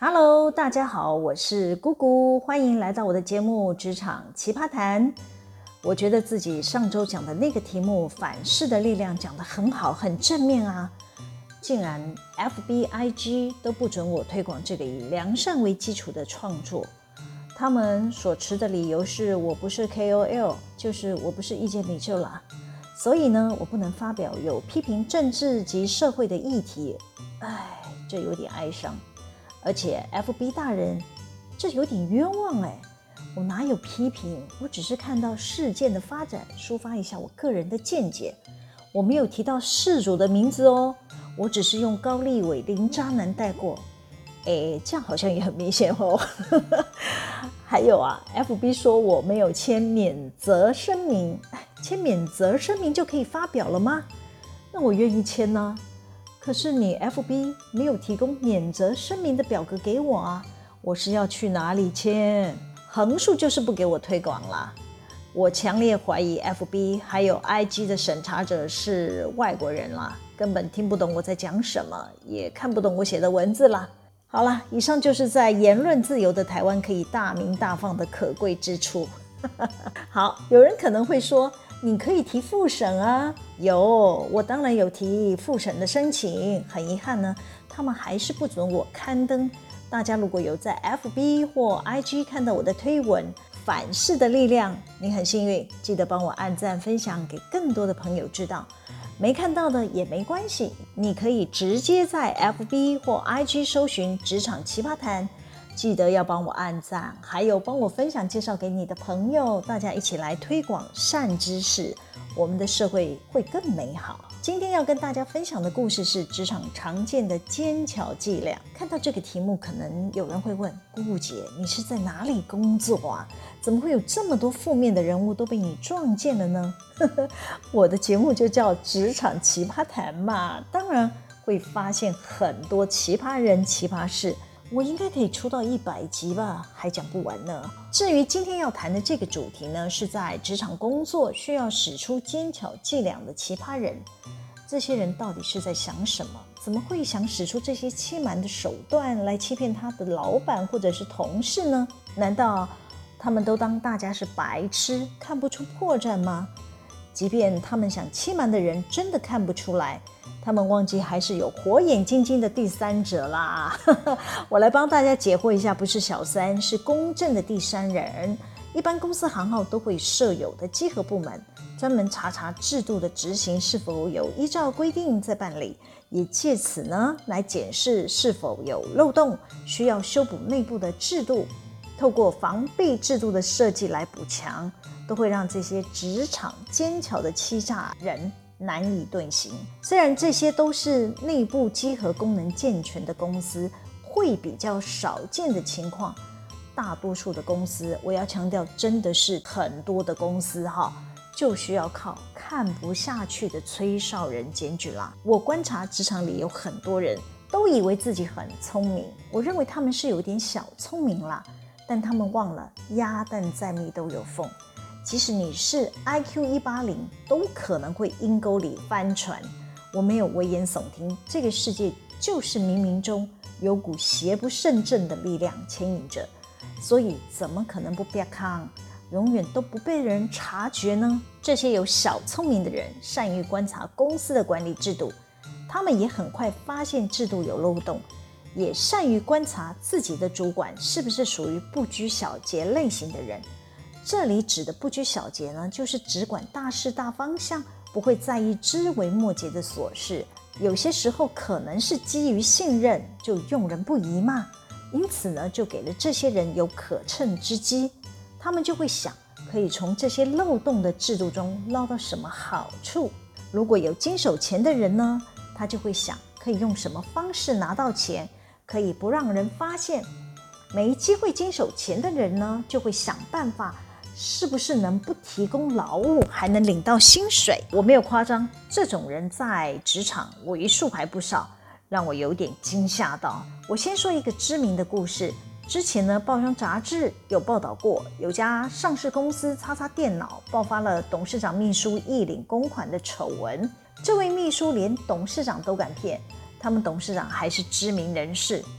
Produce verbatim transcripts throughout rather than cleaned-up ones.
Hello，大家好，我是姑姑，欢迎来到我的节目《职场奇葩谈》。我觉得自己上周讲的那个题目“反噬的力量”讲得很好，很正面啊。竟然 F B I G 都不准我推广这个以良善为基础的创作，他们所持的理由是我不是 K O L， 就是我不是意见领袖啦。所以呢，我不能发表有批评政治及社会的议题。唉，这有点哀伤。而且 F B 大人，这有点冤枉哎！我哪有批评？我只是看到事件的发展，抒发一下我个人的见解。我没有提到事主的名字哦，我只是用高立伟零渣男带过。哎，这样好像也很明显哦。还有啊 ，F B 说我没有签免责声明，签免责声明就可以发表了吗？那我愿意签呢。可是你 F B 没有提供免责声明的表格给我啊，我是要去哪里签？横竖就是不给我推广啦。我强烈怀疑 F B 还有 I G 的审查者是外国人啦，根本听不懂我在讲什么，也看不懂我写的文字啦。好啦，以上就是在言论自由的台湾可以大鸣大放的可贵之处。好，有人可能会说，你可以提复审啊。有，我当然有提复审的申请，很遗憾呢，他们还是不准我刊登。大家如果有在 F B 或 I G 看到我的推文反噬的力量，你很幸运，记得帮我按赞分享给更多的朋友知道。没看到的也没关系，你可以直接在 F B 或 I G 搜寻职场奇葩谈，记得要帮我按赞，还有帮我分享介绍给你的朋友，大家一起来推广善知识，我们的社会会更美好。今天要跟大家分享的故事是职场常见的奸巧伎俩。看到这个题目，可能有人会问，姑姑姐，你是在哪里工作啊？怎么会有这么多负面的人物都被你撞见了呢？我的节目就叫职场奇葩谈嘛，当然会发现很多奇葩人奇葩事，我应该可以出到一百集吧，还讲不完呢。至于今天要谈的这个主题呢，是在职场工作需要使出奸巧伎俩的奇葩人。这些人到底是在想什么？怎么会想使出这些欺瞒的手段来欺骗他的老板或者是同事呢？难道他们都当大家是白痴，看不出破绽吗？即便他们想欺瞒的人真的看不出来，他们忘记还是有火眼金睛的第三者啦。我来帮大家解惑一下，不是小三，是公正的第三人。一般公司行号都会设有的稽核部门，专门查查制度的执行是否有依照规定在办理，也借此呢来检视是否有漏洞，需要修补内部的制度，透过防备制度的设计来补强，都会让这些职场奸巧的欺诈人难以遁形。虽然这些都是内部稽核功能健全的公司会比较少见的情况，大多数的公司，我要强调，真的是很多的公司哈，就需要靠看不下去的吹哨人检举啦。我观察职场里有很多人都以为自己很聪明，我认为他们是有点小聪明啦，但他们忘了鸭蛋再密都有缝。即使你是 I Q 一百八十，都可能会阴沟里翻船。我没有危言耸听，这个世界就是冥冥中有股邪不胜正的力量牵引着，所以怎么可能不被康，永远都不被人察觉呢？这些有小聪明的人善于观察公司的管理制度，他们也很快发现制度有漏洞，也善于观察自己的主管是不是属于不拘小节类型的人。这里指的不拘小节呢，就是只管大事大方向，不会在意枝微末节的琐事。有些时候可能是基于信任，就用人不疑嘛，因此呢，就给了这些人有可乘之机。他们就会想，可以从这些漏洞的制度中捞到什么好处。如果有经手钱的人呢，他就会想可以用什么方式拿到钱，可以不让人发现。没机会经手钱的人呢，就会想办法是不是能不提供劳务还能领到薪水。我没有夸张，这种人在职场为数还不少，让我有点惊吓到。我先说一个知名的故事。之前呢，报章杂志有报道过，有家上市公司叉叉电脑爆发了董事长秘书异领公款的丑闻。这位秘书连董事长都敢骗，他们董事长还是知名人士。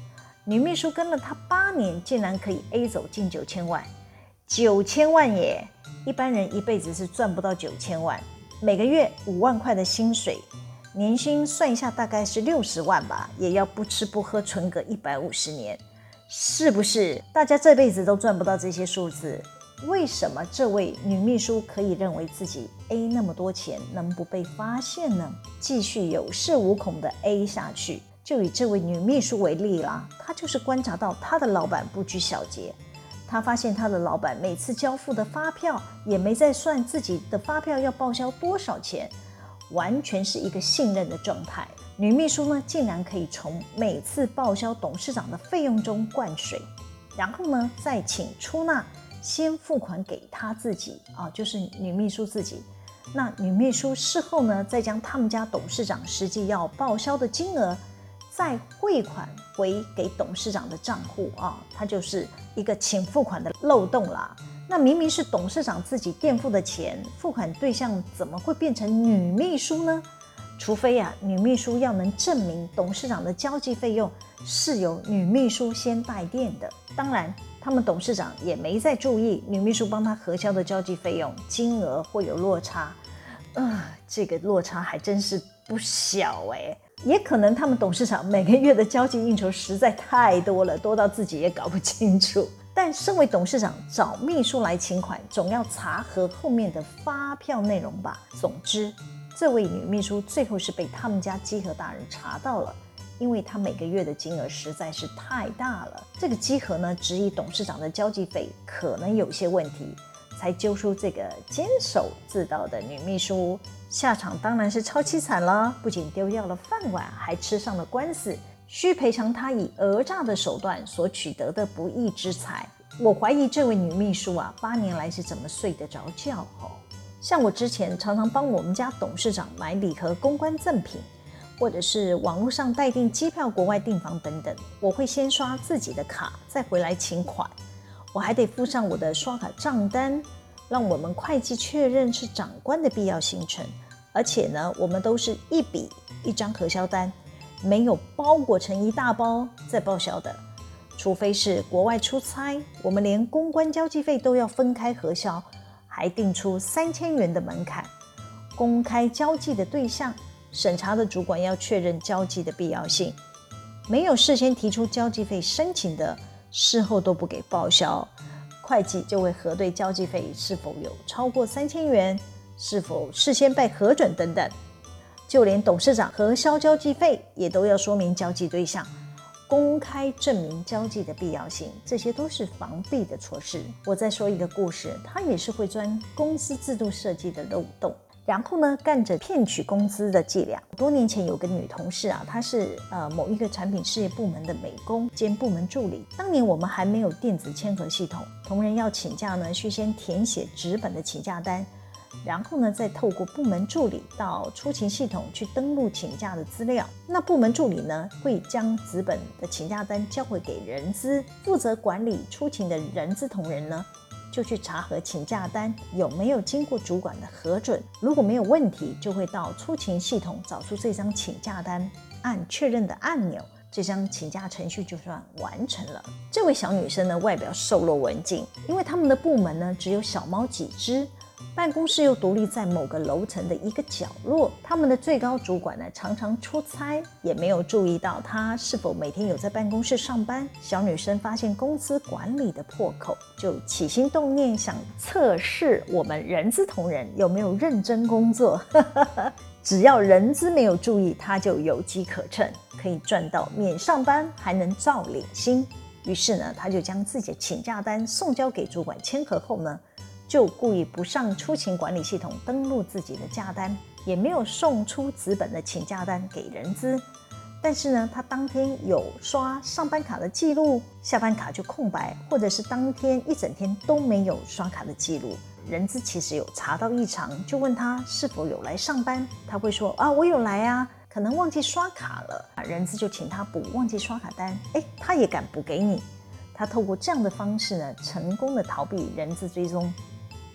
女秘书跟了他八年，竟然可以 A 走近九千万，九千万耶！一般人一辈子是赚不到九千万，每个月五万块的薪水，年薪算一下大概是六十万吧，也要不吃不喝存个一百五十年，是不是？大家这辈子都赚不到这些数字，为什么这位女秘书可以认为自己 A 那么多钱能不被发现呢？继续有恃无恐的 A 下去。就以这位女秘书为例啦，她就是观察到她的老板不拘小节，她发现她的老板每次交付的发票也没在算自己的发票要报销多少钱，完全是一个信任的状态。女秘书呢，竟然可以从每次报销董事长的费用中灌水，然后呢，再请出纳先付款给她自己啊，就是女秘书自己。那女秘书事后呢，再将他们家董事长实际要报销的金额再汇款回给董事长的账户啊，它就是一个请付款的漏洞啦。那明明是董事长自己垫付的钱，付款对象怎么会变成女秘书呢？除非啊，女秘书要能证明董事长的交际费用是由女秘书先代垫的。当然，他们董事长也没在注意女秘书帮他核销的交际费用金额会有落差，呃，这个落差还真是不小哎。也可能他们董事长每个月的交际应酬实在太多了，多到自己也搞不清楚。但身为董事长，找秘书来请款，总要查核后面的发票内容吧。总之，这位女秘书最后是被他们家稽核大人查到了，因为她每个月的金额实在是太大了。这个稽核呢，质疑董事长的交际费可能有些问题，才揪出这个监守自盗的女秘书。下场当然是超凄惨了，不仅丢掉了饭碗，还吃上了官司，需赔偿她以讹诈的手段所取得的不义之财。我怀疑这位女秘书啊，八年来是怎么睡得着觉哦？像我之前常常帮我们家董事长买礼盒、公关赠品，或者是网络上代订机票、国外订房等等，我会先刷自己的卡，再回来请款。我还得附上我的刷卡账单，让我们会计确认是长官的必要行程。而且呢，我们都是一笔一张核销单，没有包裹成一大包再报销的。除非是国外出差，我们连公关交际费都要分开核销，还定出三千元的门槛。公开交际的对象，审查的主管要确认交际的必要性，没有事先提出交际费申请的，事后都不给报销，会计就会核对交际费是否有超过三千元，是否事先被核准等等。就连董事长核销交际费也都要说明交际对象，公开证明交际的必要性，这些都是防弊的措施。我再说一个故事，它也是会钻公司制度设计的漏洞，然后呢，干着骗取工资的伎俩。多年前有个女同事啊，她是呃某一个产品事业部门的美工兼部门助理。当年我们还没有电子签合系统，同仁要请假呢，需先填写纸本的请假单，然后呢，再透过部门助理到出勤系统去登录请假的资料。那部门助理呢，会将纸本的请假单交回给人资，负责管理出勤的人资同仁呢，就去查核请假单有没有经过主管的核准。如果没有问题，就会到出勤系统找出这张请假单，按确认的按钮，这张请假程序就算完成了。这位小女生呢，外表瘦弱文静，因为他们的部门呢只有小猫几只，办公室又独立在某个楼层的一个角落，他们的最高主管呢常常出差，也没有注意到他是否每天有在办公室上班。小女生发现公司管理的破口，就起心动念想测试我们人资同仁有没有认真工作只要人资没有注意，他就有机可乘，可以赚到免上班还能照领薪。于是呢，他就将自己的请假单送交给主管签核后呢，就故意不上出勤管理系统登录自己的假单，也没有送出纸本的请假单给人资。但是呢，他当天有刷上班卡的记录，下班卡就空白，或者是当天一整天都没有刷卡的记录。人资其实有查到异常，就问他是否有来上班，他会说啊，我有来啊，可能忘记刷卡了。人资就请他补忘记刷卡单，诶，他也敢补给你。他透过这样的方式呢，成功的逃避人资追踪。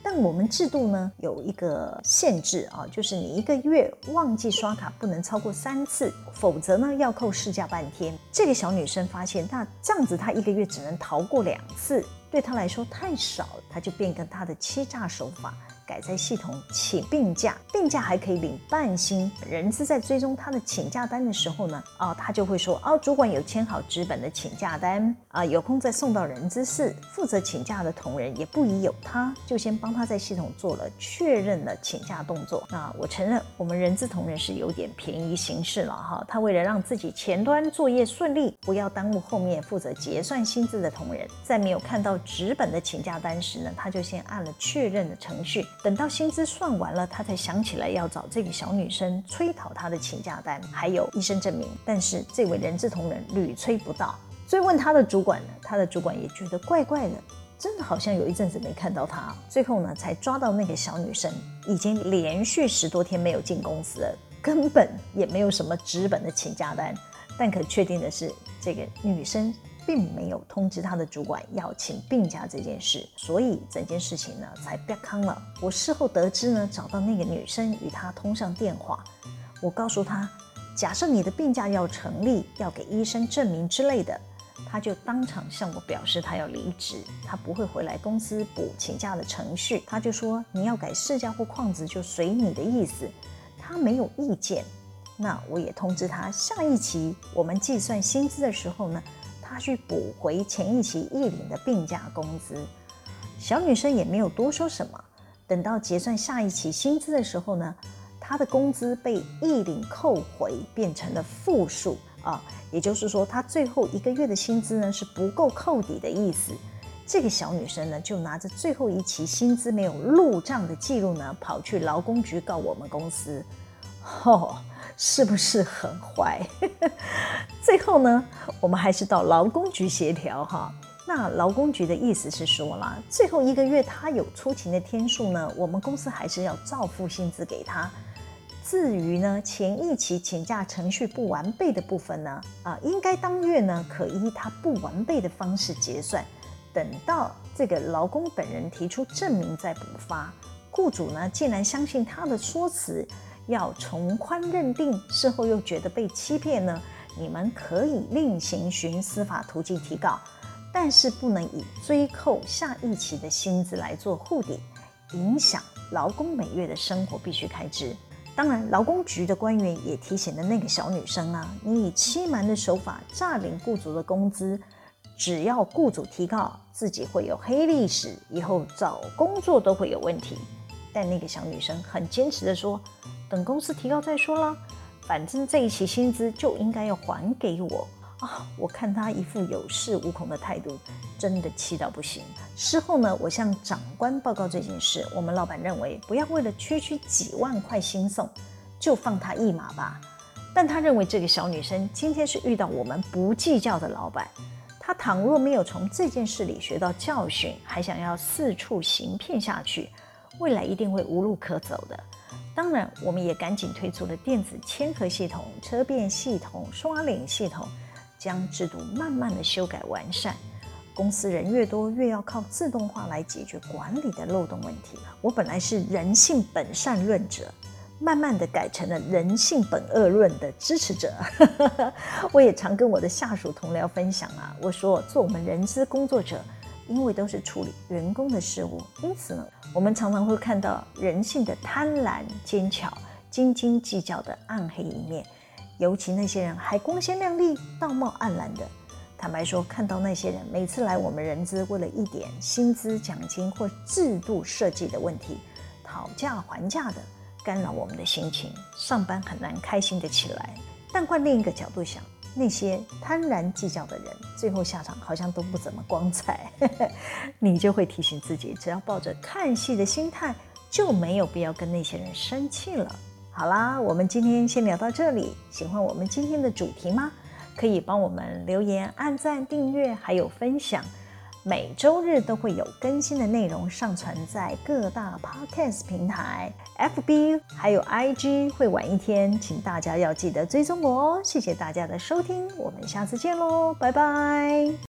但我们制度呢有一个限制啊，就是你一个月忘记刷卡不能超过三次，否则呢要扣事假半天。这个小女生发现，那这样子她一个月只能逃过两次，对她来说太少了，她就变更她的欺诈手法，改在系统请病假，病假还可以领半薪。人资在追踪他的请假单的时候呢，啊，他就会说，哦，主管有签好纸本的请假单，啊，有空再送到人资室。负责请假的同仁也不疑有他，就先帮他在系统做了确认的请假动作。那我承认，我们人资同仁是有点便宜行事了哈。他为了让自己前端作业顺利，不要耽误后面负责结算薪资的同仁，在没有看到纸本的请假单时呢，他就先按了确认的程序。等到薪资算完了，他才想起来要找这个小女生催讨她的请假单，还有医生证明。但是这位人资同仁屡催不到，追问他的主管呢，他的主管也觉得怪怪的，真的好像有一阵子没看到他。最后呢，才抓到那个小女生已经连续十多天没有进公司了，根本也没有什么纸本的请假单。但可确定的是，这个女生并没有通知他的主管要请病假这件事，所以整件事情呢才别康了。我事后得知呢，找到那个女生与她通上电话，我告诉她，假设你的病假要成立，要给医生证明之类的，她就当场向我表示她要离职，她不会回来公司补请假的程序。她就说你要改事假或旷职就随你的意思，她没有意见。那我也通知她，下一期我们计算薪资的时候呢，他去补回前一期预领的病假工资。小女生也没有多说什么，等到结算下一期薪资的时候呢，她的工资被预领扣回，变成了负数啊，也就是说她最后一个月的薪资呢是不够扣抵的意思。这个小女生呢就拿着最后一期薪资没有入账的记录呢，跑去劳工局告我们公司。哦，是不是很坏？最后呢，我们还是到劳工局协调哈。那劳工局的意思是说啦，最后一个月他有出勤的天数呢，我们公司还是要照付薪资给他。至于呢前一期请假程序不完备的部分呢，啊，应该当月呢可依他不完备的方式结算，等到这个劳工本人提出证明再补发。雇主呢竟然相信他的说辞，要从宽认定，事后又觉得被欺骗呢，你们可以另行寻司法途径提告，但是不能以追扣下一期的薪资来做护底，影响劳工每月的生活必须开支。当然，劳工局的官员也提醒了那个小女生啊，你以欺瞒的手法诈领雇主的工资，只要雇主提告，自己会有黑历史，以后找工作都会有问题。但那个小女生很坚持的说，等公司提告再说啦，反正这一期薪资就应该要还给我啊！我看她一副有恃无恐的态度，真的气到不行。事后呢，我向长官报告这件事，我们老板认为不要为了区区几万块薪送就放她一马吧。但他认为这个小女生今天是遇到我们不计较的老板，她倘若没有从这件事里学到教训，还想要四处行骗下去，未来一定会无路可走的。当然，我们也赶紧推出了电子签核系统、车变系统、刷脸系统，将制度慢慢的修改完善。公司人越多，越要靠自动化来解决管理的漏洞问题。我本来是人性本善论者，慢慢的改成了人性本恶论的支持者。我也常跟我的下属同僚分享啊，我说做我们人资工作者，因为都是处理员工的事务，因此呢，我们常常会看到人性的贪婪、奸巧、斤斤计较的暗黑一面，尤其那些人还光鲜亮丽、道貌岸然的。坦白说，看到那些人每次来我们人资，为了一点薪资、奖金或制度设计的问题，讨价还价的，干扰我们的心情，上班很难开心的起来。但换另一个角度想，那些贪婪计较的人，最后下场好像都不怎么光彩。你就会提醒自己，只要抱着看戏的心态，就没有必要跟那些人生气了。好啦，我们今天先聊到这里。喜欢我们今天的主题吗？可以帮我们留言、按赞、订阅，还有分享。每周日都会有更新的内容上传在各大 Podcast 平台 ，F B 还有 I G 会晚一天，请大家要记得追踪我哦。谢谢大家的收听，我们下次见喽，拜拜。